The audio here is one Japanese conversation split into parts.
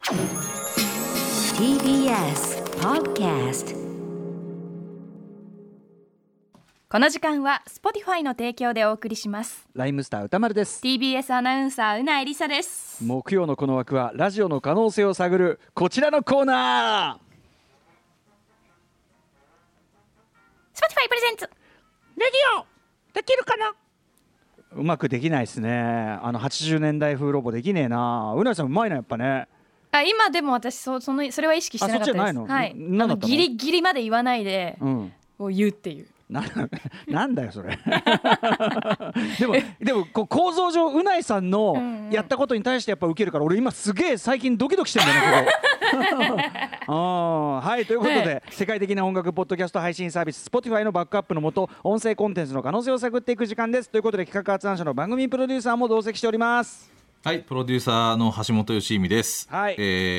TBS Podcast。 この時間は Spotify の提供でお送りします。 ライムスター歌丸です。 TBS アナウンサーうなえりさです。 木曜のこの枠はラジオの可能性を探るこちらのコーナー。 Spotify プレゼンツレディオできるかな。うまくできないですね。80年代風ロボできねえな。うなえさんうまいなやっぱね。 今でも私それは意識してなかったです。 そっちじゃないの、 はい、 何だったの。 ギリギリまで言わないで、こう言うっていうなんだよそれでもこう構造上うないさんのやったことに対してやっぱ受けるから、俺今すげえ最近ドキドキしてんだよねここはい、ということで、世界的な音楽ポッドキャスト配信サービス Spotify のバックアップのもと、音声コンテンツの可能性を探っていく時間です。ということで、企画発案者の番組プロデューサーも同席しております。 はい、プロデューサーの橋本良美です。 はい、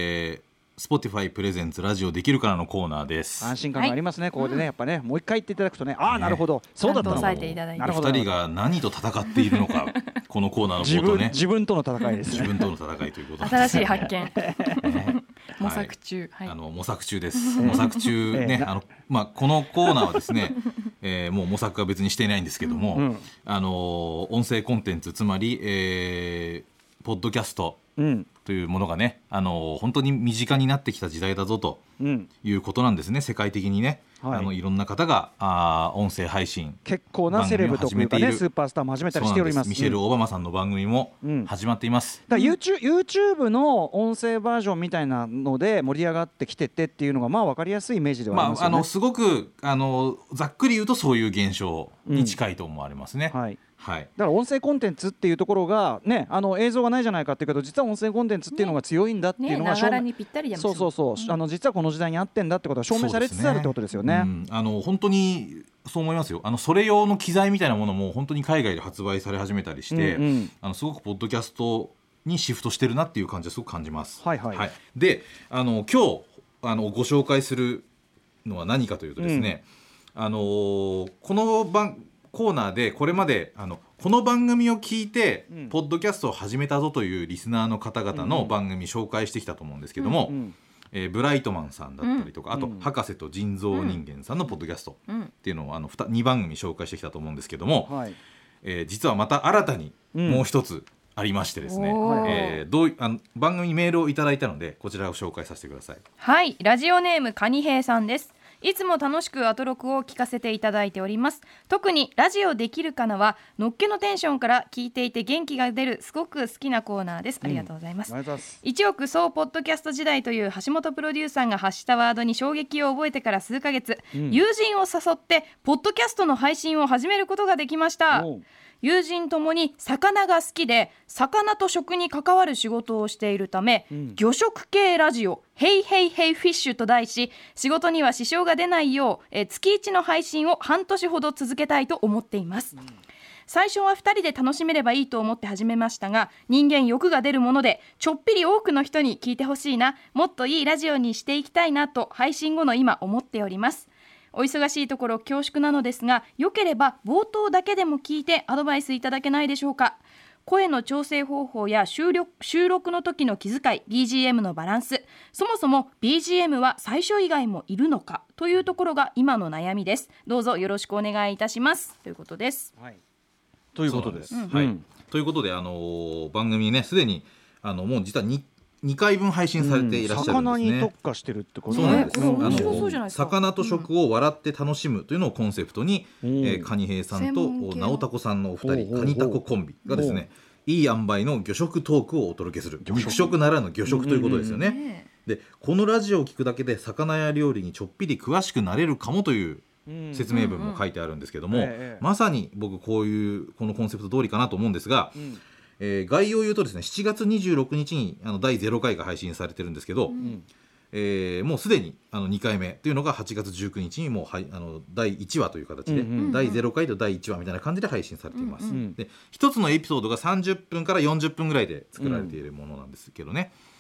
Spotify プレゼンツラジオできるからのコーナーです。 安心感がありますね、ここでね、やっぱね、もう一回言っていただくとね、なるほど、そうだったの。 なるほど。2人が何と戦っているのかこのコーナーの冒頭ね、 自分との戦いですね。 自分との戦いということで、 新しい発見模索中、 模索中です。模索中ね、このコーナーはですね、もう模索は別にしていないんですけども、音声コンテンツ、つまり、ポッドキャストというものがね、本当に身近になってきた時代だぞということなんですね。世界的にね、いろんな方が音声配信、 結構なセレブというかね、スーパースターも始めたりしております。 ミシェル・オバマさんの番組も始まっています。 だから YouTube の音声バージョンみたいなので盛り上がってきててっていうのが分かりやすいイメージではありますよね。 すごくざっくり言うとそういう現象に近いと思われますね。 だから音声コンテンツっていうところがね、映像がないじゃないかっていうけど、実は音声コンテンツっていうのが強いんだっていうのがながらにぴったりだもん。 そう実はこの時代に合ってんだってことが証明されつつあるってことですよね。 本当にそう思いますよ。それ用の機材みたいなものも本当に海外で発売され始めたりして、すごくポッドキャストにシフトしてるなっていう感じはすごく感じます。で、今日ご紹介するのは何かというとですね、このコーナーでこれまでこの番組を聞いてポッドキャストを始めたぞというリスナーの方々の番組紹介してきたと思うんですけども、ブライトマンさんだったりとか、あと博士と人造人間さんのポッドキャストっていうのを2番組紹介してきたと思うんですけども、実はまた新たにもう一つありましてですね、番組にメールをいただいたので、こちらを紹介させてください。 はい、ラジオネームカニヘイさんです。いつも楽しくアトロクを聞かせていただいております。特にラジオできるかなはのっけのテンションから聞いていて元気が出るすごく好きなコーナーです。ありがとうございます。1億総ポッドキャスト時代という橋本プロデューサーが発したワードに衝撃を覚えてから数ヶ月、友人を誘ってポッドキャストの配信を始めることができました。友人ともに魚が好きで、魚と食に関わる仕事をしているため、魚食系ラジオヘイヘイヘイフィッシュと題し、仕事には支障が出ないよう、月1の配信を半年ほど続けたいと思っています。最初は2人で楽しめればいいと思って始めましたが、人間欲が出るもので、ちょっぴり多くの人に聞いてほしいな、もっといいラジオにしていきたいなと配信後の今思っております。お忙しいところ恐縮なのですが、よければ冒頭だけでも聞いてアドバイスいただけないでしょうか。声の調整方法や収録の時の気遣い、 BGM のバランス、そもそも BGM は最初以外もいるのかというところが今の悩みです。どうぞよろしくお願いいたしますということです。 ということです。 ということで、番組ね、すでにもう実は2回分配信されていらっしゃるんですね。 魚に特化してるってことなんです。 面白そうじゃないですか。 魚と食を笑って楽しむというのをコンセプトに、カニヘイさんと直タコさんのお二人、カニタココンビがですね、いい塩梅の魚食トークをお届けする、肉食ならぬ魚食ということですよね。で、このラジオを聞くだけで魚や料理にちょっぴり詳しくなれるかもという説明文も書いてあるんですけども、まさに僕このコンセプト通りかなと思うんですが、概要を言うとですね、7月26日に第0回が配信されてるんですけど、もうすでに2回目というのが8月19日にもう第1話という形で、第0回と第1話みたいな感じで配信されています。で、一つのエピソードが30分から40分ぐらいで作られているものなんですけどね、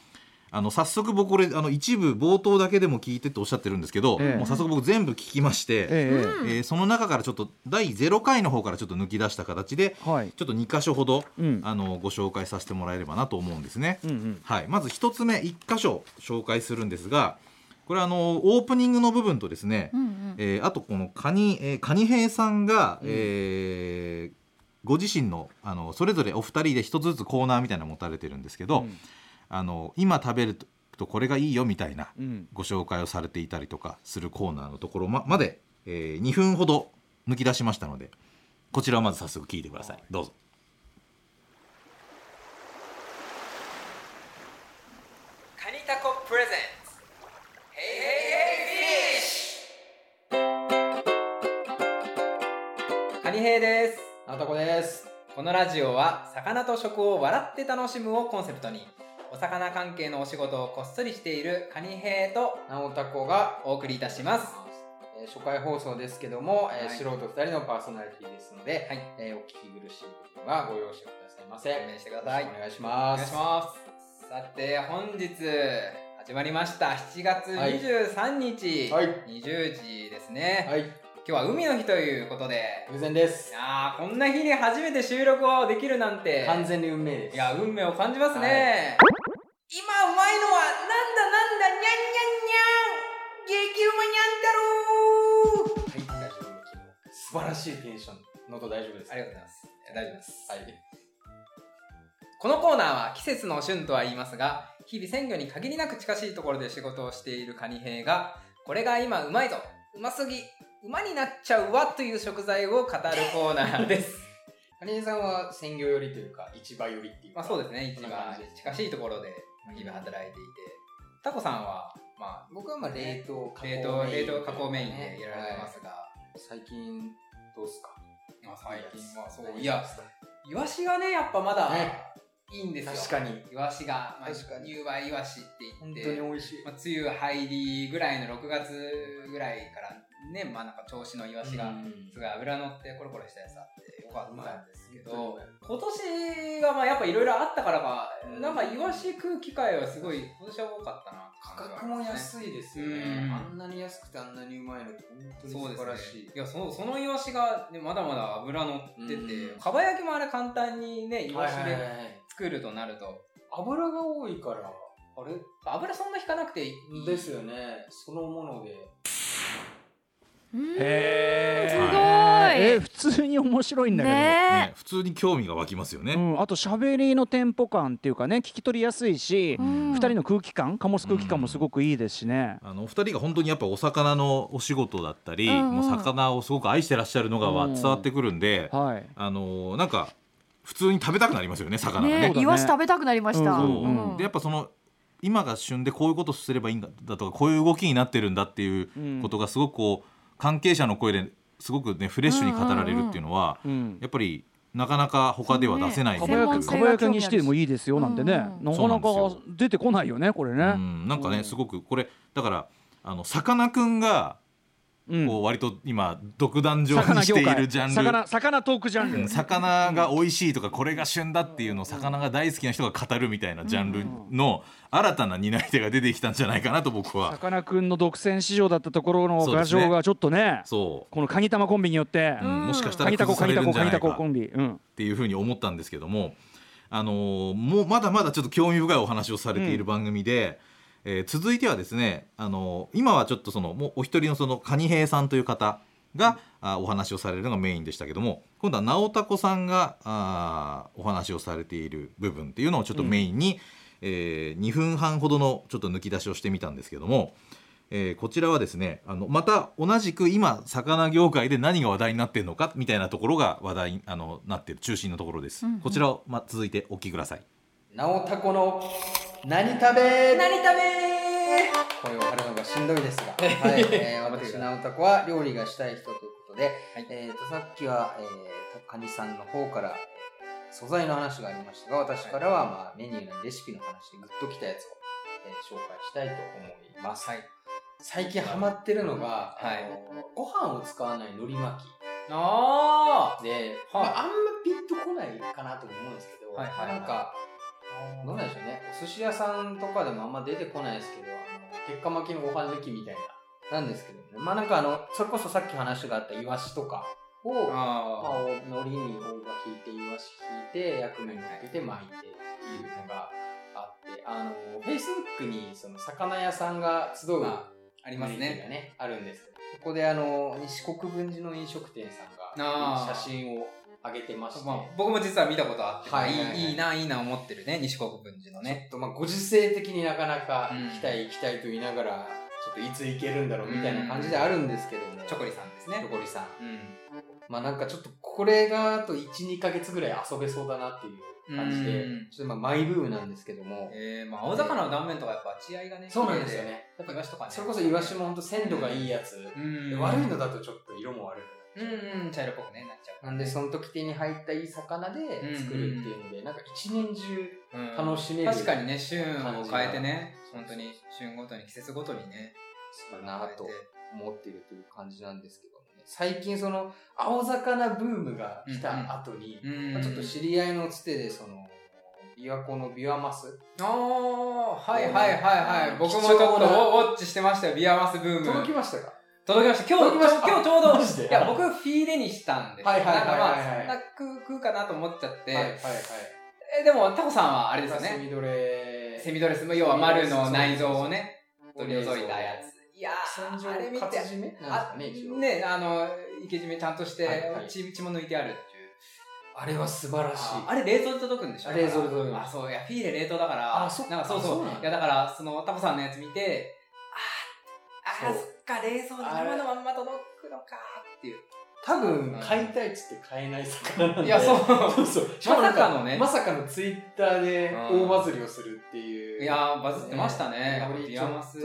早速僕これ一部冒頭だけでも聞いてっておっしゃってるんですけど、もう早速僕全部聞きまして、その中からちょっと第0回の方からちょっと抜き出した形で、ちょっと2箇所ほど、ご紹介させてもらえればなと思うんですね。まず1つ目1箇所紹介するんですが、これオープニングの部分とですね、あとこのカニ兵さんが、ご自身のそれぞれお二人で一つずつコーナーみたいなの持たれてるんですけど、今食べるとこれがいいよみたいなご紹介をされていたりとかするコーナーのところ まで、2分ほど抜き出しましたので、こちらをまず早速聞いてください。どうぞ。 カニタコプレゼンツヘイヘイヘイフィッシュ。カニヘイです。ナオタコです。このラジオは魚と食を笑って楽しむをコンセプトに、お魚関係のお仕事をこっそりしているカニヘイとナオタコがお送りいたします。 初回放送ですけども、素人2人のパーソナリティですので、お聞き苦しい部分はご容赦くださいませ。 お願いしてください。 お願いします。 お願いします。さて本日始まりました7月23日、20時ですね。今日は海の日ということで偶然です。 こんな日に初めて収録をできるなんて完全に運命です。 いや運命を感じますね。今うまいのはなんだにゃんにゃんにゃん激うまにゃん太郎。 大丈夫。素晴らしいテンション。喉大丈夫です。 ありがとうございます。大丈夫です。このコーナーは季節の旬とは言いますが、日々鮮魚に限りなく近しいところで仕事をしているカニ兵が、これが今うまいぞ、うますぎ、馬になっちゃうわという食材を語るコーナーです。 カニ兵さんは鮮魚寄りというか市場寄りっていうか、 そうですね、市場近しいところで日々働いていて、タコさんは僕は冷凍加工メインでやられてますが、 最近どうすか？ 最近はそう、いやイワシがねやっぱまだいいんですよ。 確かにイワシが入梅イワシって言って本当に美味しい。 梅雨入りぐらいの6月ぐらいからね、なんか銚子のイワシがすごい脂乗ってコロコロしたやつあってよかったんですけど、今年がやっぱいろいろあったからか、なんかイワシ食う機会はすごい今年は多かったな。 価格も安いですよね。あんなに安くてあんなにうまいのって本当に素晴らしい。 いやそのイワシが、ね、まだまだ脂乗ってて、かば焼きもあれ簡単にねイワシで作るとなると油が多いから、あれ油そんな引かなくていいですよね。そのもので。 すごい。 普通に面白いんだけど、 普通に興味が湧きますよね。 あと喋りのテンポ感っていうかね、聞き取りやすいし、2人の空気感、醸す空気感もすごくいいですしね。 お二人が本当にやっぱお魚のお仕事だったり、もう魚をすごく愛してらっしゃるのが伝わってくるんで、なんか普通に食べたくなりますよね、魚がね。 イワシ食べたくなりました。 でやっぱ今が旬でこういうことすればいいんだとか、こういう動きになってるんだっていうことがすごくこう関係者の声ですごくねフレッシュに語られるっていうのは、やっぱりなかなか他では出せない。 かば焼きにしてもいいですよなんてね、なかなか出てこないよねこれね。 なんかねすごくこれだからさかなクンがこう割と今独壇場にしているジャンル、 魚トークジャンル、 魚が美味しいとかこれが旬だっていうのを魚が大好きな人が語るみたいなジャンルの新たな担い手が出てきたんじゃないかなと僕は。 さかなクンの独占市場だったところの牙城がちょっとね、このカニ玉コンビによってもしかしたら崩されるんじゃないかっていうふうに思ったんですけども、もうまだまだちょっと興味深いお話をされている番組で、続いてはですね、今はちょっともうお一人のカニ兵さんという方がお話をされるのがメインでしたけども、今度はナオタコさんがお話をされている部分っていうのをちょっとメインに、2分半ほどのちょっと抜き出しをしてみたんですけども、こちらはですねまた同じく今魚業界で何が話題になっているのかみたいなところが話題になっている中心のところです。こちらを続いてお聞きください。 ナオタコの何食べ声を張るのがしんどいですが、私ナオタコは料理がしたい人ということで、さっきは、カニさんの方から素材の話がありましたが、私からは、メニューのレシピの話でグッときたやつを、紹介したいと思います。最近ハマってるのが、ご飯を使わない海苔巻きで、あんまピンとこないかなと思うんですけど、なんかどうなんでしょうね。お寿司屋さんとかでもあんま出てこないですけど、鉄火巻きのご飯抜きみたいな、なんですけどね。まあなんかそれこそさっき話があったイワシとかを、海苔に大葉引いて、イワシ引いて、薬味にかけて巻いてっていうのがあって、Facebook にその魚屋さんが集う、 ありますね。 あるんですけど、そこで西国分寺の飲食店さんが写真を上げてまして、 僕も実は見たことあって、いいな思ってるね、西国分寺のね。 ちょっとご時世的になかなか行きたいと言いながら、ちょっといつ行けるんだろうみたいな感じであるんですけども、 チョコリさんですね。 チョコリさん。まあなんかちょっとこれがあと 1,2 ヶ月ぐらい遊べそうだなっていう感じで、ちょっとマイブームなんですけども。 青魚の断面とかやっぱ血合いがね。 そうなんですよね。 やっぱイワシとかね。 それこそイワシもほんと鮮度がいいやつ。悪いのだとちょっと色も悪い。 茶色っぽくね、なっちゃう。 なんでその時手に入ったいい魚で作るっていうので、なんか一年中楽しめる。 確かにね、旬を変えてね、本当に旬ごとに季節ごとにね、 そうだなと思っているという感じなんですけどもね。最近その青魚ブームが来た後に、ちょっと知り合いのつてでその琵琶湖のビワマス。 僕もちょっとウォッチしてましたよ、ビワマスブーム。 届きましたか？ 届きました。今日ちょうど、いや、僕フィーレにしたんですよ。なんかそんな食うかなと思っちゃって。でも、タコさんはあれですよね。セミドレス。要は丸の内臓をね、取り除いたやつ。いやー、あれ見て、ね、生け締めちゃんとして、血も抜いてあるっていう。 あれは素晴らしい。 あれ冷凍で届くんでしょ？ 冷凍で届く。 あ、そう、いや、フィーレ冷凍だから、なんかそう。いや、だから、その、タコさんのやつ見て、そっか、冷蔵生のまんま届くのかっていう。 多分、買いたいっつって買えない魚なんで。 いや、そう。 まさかのツイッターで大バズりをするっていう。 いや、バズってましたね。ビワマス。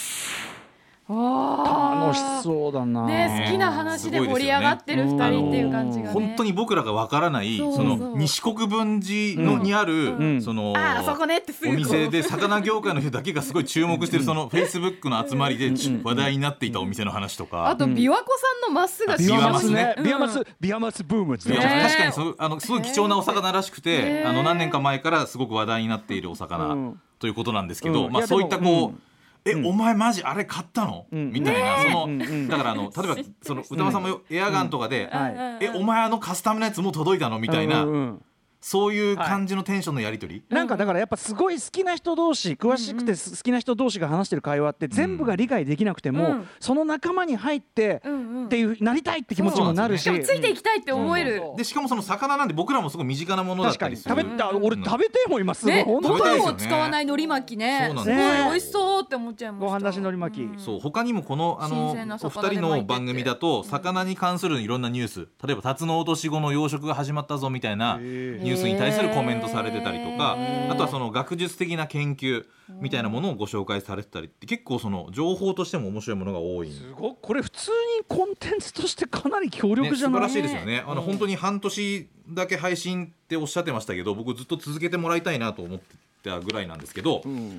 楽しそうだな。 ね、好きな話で盛り上がってる2人っていう感じがね。 本当に僕らがわからないその西国分寺のにあるそのお店で魚業界の人だけがすごい注目してるそのフェイスブックの集まりで話題になっていたお店の話とか、 あと琵琶湖さんのマスがビワマスね、ビワマスブームって確かにすごい貴重なお魚らしくて、何年か前からすごく話題になっているお魚ということなんですけど、まあそういったこうお前マジあれ買ったのみたいな、そのだから例えばその歌間さんもエアガンとかでお前カスタムのやつも届いたのみたいな、そういう感じのテンションのやり取り、 なんかだからやっぱすごい好きな人同士、詳しくて好きな人同士が話してる会話って全部が理解できなくても、その仲間に入ってっていうなりたいって気持ちもなるし、 ついていきたいって思える。 でしかもその魚なんで僕らもすごい身近なものだったりする。 俺食べてもいますね。ボタンを使わない海苔巻きね、すごい美味しそうって思っちゃいました。 ご飯だし海苔巻き。 そう、他にもこのお二人の番組だと魚に関するいろんなニュース、例えばタツノオトシゴの養殖が始まったぞみたいなニュースに対するコメントされてたりとか、あとはその学術的な研究みたいなものをご紹介されてたりって、結構その情報としても面白いものが多い。 すごい、これ普通にコンテンツとしてかなり強力じゃない？ 素晴らしいですよね。本当に半年だけ配信っておっしゃってましたけど、僕ずっと続けてもらいたいなと思ってたぐらいなんですけど、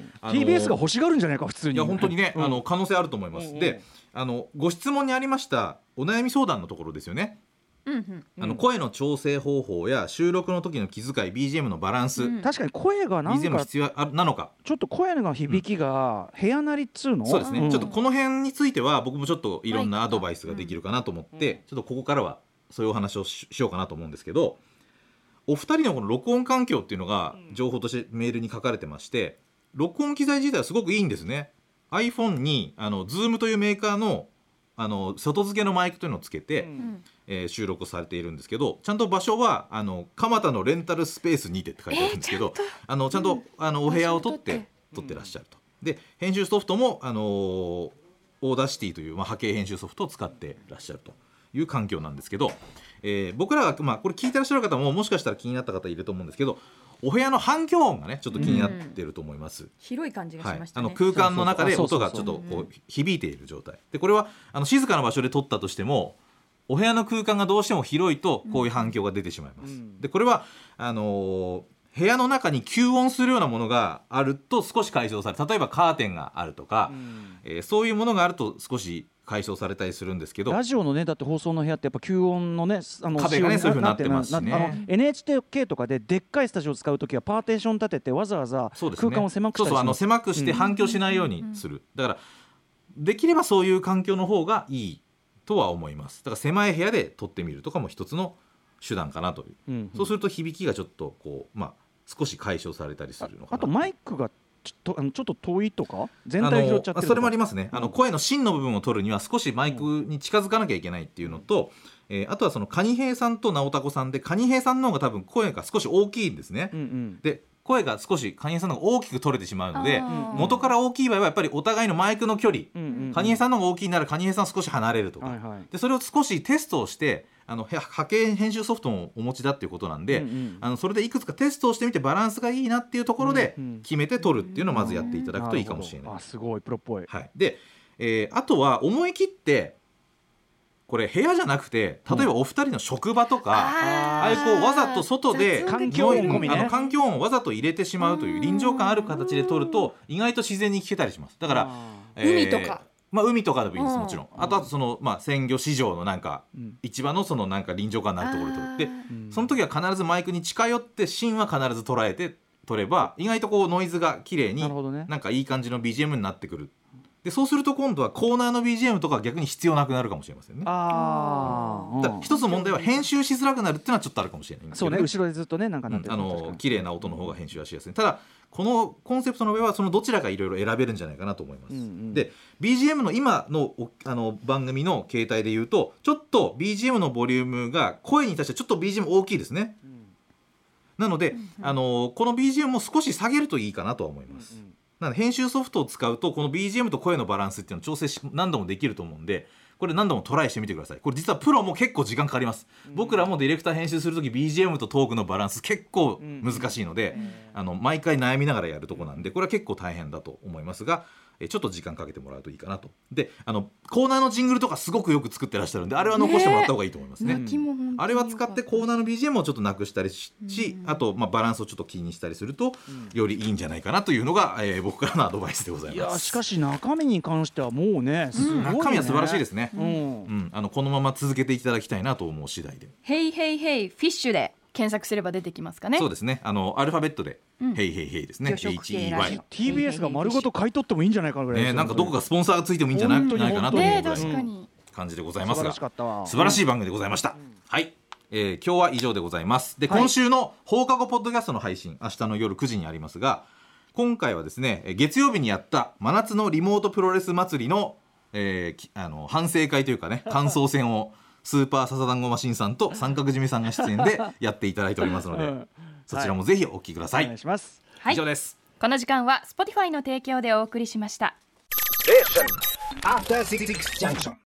TBS が欲しがるんじゃないか普通に。 いや本当にね、可能性あると思います。で、ご質問にありましたお悩み相談のところですよね。声の調整方法や収録の時の気遣い、 BGM のバランス、 確かに声がなんか BGM 必要なのか、 ちょっと声の響きが部屋なりっつうの、 そうですね、ちょっとこの辺については僕もちょっといろんなアドバイスができるかなと思って、ちょっとここからはそういうお話を しようかなと思うんですけど、お二人のこの録音環境っていうのが情報としてメールに書かれてまして、録音機材自体はすごくいいんですね。 iPhone にZoom というメーカーの外付けのマイクというのをつけて、収録されているんですけど、ちゃんと場所は蒲田のレンタルスペースにてって書いてあるんですけど、ちゃんとお部屋を取ってらっしゃると。で編集ソフトもオーダーシティという、波形編集ソフトを使ってらっしゃるという環境なんですけど、僕らが、これ聞いてらっしゃる方ももしかしたら気になった方いると思うんですけど、お部屋の反響音がねちょっと気になっていると思います。 広い感じがしましたね。 空間の中で音がちょっとこう響いている状態で、これは静かな場所で撮ったとしてもお部屋の空間がどうしても広いとこういう反響が出てしまいます。でこれは部屋の中に吸音するようなものがあると少し解消される。例えばカーテンがあるとか、そういうものがあると少し解消されたりするんですけど、 ラジオのねだって放送の部屋ってやっぱ吸音のね壁がねそういう風になってますしね。 NHK とかででっかいスタジオを使うときはパーテーション立ててわざわざ空間を狭くしたりします。 そう狭くして反響しないようにする。だからできればそういう環境の方がいいとは思います。だから狭い部屋で撮ってみるとかも一つの手段かなという、そうすると響きがちょっとこう少し解消されたりするのかな。 あとマイクがちょっと遠いとか全体拾っちゃってるとか、 それもありますね。声の芯の部分を取るには少しマイクに近づかなきゃいけないっていうのと、あとはそのカニヘイさんと直太子さんで、カニヘイさんの方が多分声が少し大きいんですね、で声が少しカニヘイさんの方が大きく取れてしまうので、元から大きい場合はやっぱりお互いのマイクの距離、カニヘイさんの方が大きいならカニヘイさん少し離れるとか、でそれを少しテストをして波形編集ソフトもお持ちだっていうことなんで、それでいくつかテストをしてみてバランスがいいなっていうところで決めて撮るっていうのをまずやっていただくといいかもしれない。 すごいプロっぽい。 で、あとは思い切ってこれ部屋じゃなくて、例えばお二人の職場とか、ああいうこうわざと外で環境音込みね、 環境音をわざと入れてしまうという臨場感ある形で撮ると意外と自然に聞けたりします。だから、 海とか海とかでもいいです、もちろん。あとその、鮮魚市場のなんか、市場のそのなんか臨場感のあるところで撮る。でその時は必ずマイクに近寄って芯は必ず捉えて撮れば意外とこうノイズが綺麗になんかいい感じの BGM になってくる。でそうすると今度はコーナーの BGM とか逆に必要なくなるかもしれませんね。だから一つ問題は編集しづらくなるっていうのはちょっとあるかもしれないんですけど、 そうね、後ろでずっとねなんかなってる、 綺麗な音の方が編集はしやすい。ただこのコンセプトの上はそのどちらかいろいろ選べるんじゃないかなと思います。で BGM の今の番組の形態で言うと、ちょっと BGM のボリュームが声に対してちょっと BGM 大きいですね。なので、この BGM も少し下げるといいかなとは思います。なので編集ソフトを使うとこの BGM と声のバランスっていうのを調整何度もできると思うんで、これ何度もトライしてみてください。これ実はプロも結構時間かかります。僕らもディレクター編集するとき BGM とトークのバランス結構難しいので、毎回悩みながらやるとこなんで、これは結構大変だと思いますが、ちょっと時間かけてもらうといいかなと。でコーナーのジングルとかすごくよく作ってらっしゃるんで、あれは残してもらった方がいいと思いますね。あれは使ってコーナーの BGM をちょっとなくしたりし、あとバランスをちょっと気にしたりするとよりいいんじゃないかなというのが、僕からのアドバイスでございます。 いやしかし中身に関してはもうね、すごいね、 中身は素晴らしいですね。このまま続けていただきたいなと思う次第で。 ヘイヘイヘイフィッシュで検索すれば出てきますかね。 そうですね、アルファベットで、ヘイヘイヘイですね。 HEY TBS が丸ごと買い取ってもいいんじゃないかぐらい、 なんかどこかスポンサーがついてもいいんじゃないかなというぐらいの感じでございますが、 素晴らしい番組でございました。はい、今日は以上でございます。で、今週の放課後ポッドキャストの配信、明日の夜9時にありますが、今回はですね月曜日にやった真夏のリモートプロレス祭りの、反省会というかね、感想戦をスーパーササダンゴマシンさんと三角締めさんが出演でやっていただいておりますので、そちらもぜひお聞きください。 お願いします。 以上です。 この時間は Spotify の提供でお送りしました。